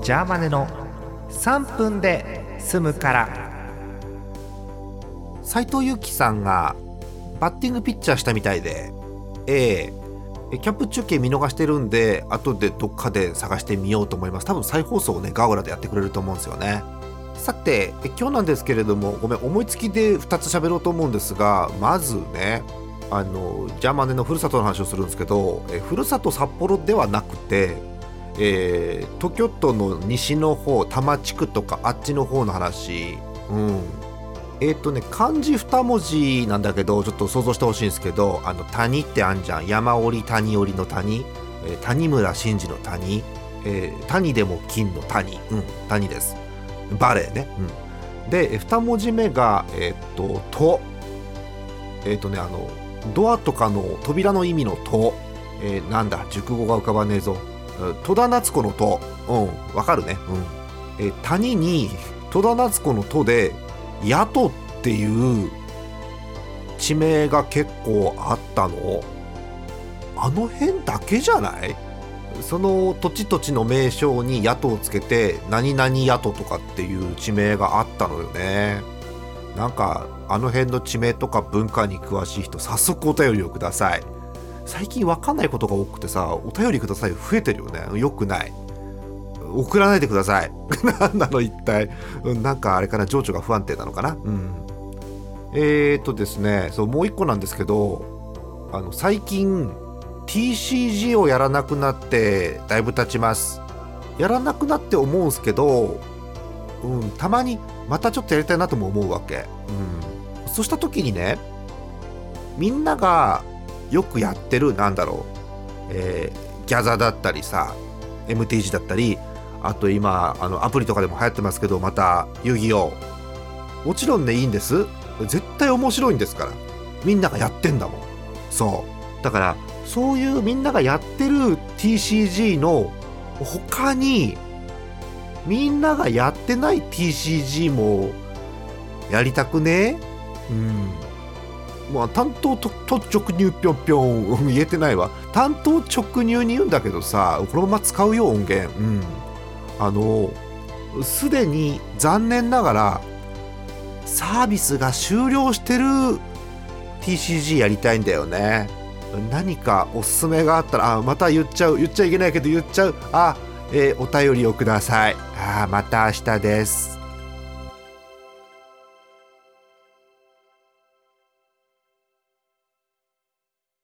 ジャーマネの3分で済むから。 斉藤由貴さんがバッティングピッチャーしたみたいで、キャンプ中継見逃してるんで後でどっかで探してみようと思います。多分再放送をねガオラでやってくれると思うんですよね。さて今日なんですけれども、思いつきで2つ喋ろうと思うんですが、まずねジャーマネのふるさとの話をするんですけど、ふるさと札幌ではなくて、東京都の西の方多摩地区とかあっちの方の話。漢字2文字なんだけどちょっと想像してほしいんですけど、谷ってあんじゃん。山折り谷折りの谷、谷村新司の谷、谷でも金の谷、谷です。バレーね。で2文字目がと、ドアとかの扉の意味のと、なんだ熟語が浮かばねえぞ。戸田夏子のと、わかるね。谷に戸田夏子のとでヤトっていう地名が結構あったの。あの辺だけじゃない？その土地土地の名称にヤトをつけて何々ヤトとかっていう地名があったのよね。なんかあの辺の地名とか文化に詳しい人早速お便りをください。最近わかんないことが多くてさ、お便りください増えてるよね。よくない。送らないでください。なんなの一体。なんかあれかな、情緒が不安定なのかな。ですね、そうもう一個なんですけど、最近 TCG をやらなくなってだいぶ経ちます。やらなくなって思うんすけど、たまにまたちょっとやりたいなとも思うわけ。そうした時にね、みんながよくやってるギャザだったりさ、 MTG だったり、あと今アプリとかでも流行ってますけど、また遊戯王、もちろんねいいんです。絶対面白いんですから、みんながやってんだもん。そうだからそういうみんながやってる TCG の他にみんながやってない TCG もやりたくね。単刀直入ぴょんぴょん言えてないわ。単刀直入に言うんだけどさ、このまま使うよ音源。すでに残念ながらサービスが終了してる TCG やりたいんだよね。何かおすすめがあったら、また言っちゃいけないけど言っちゃう。お便りをください。また明日です。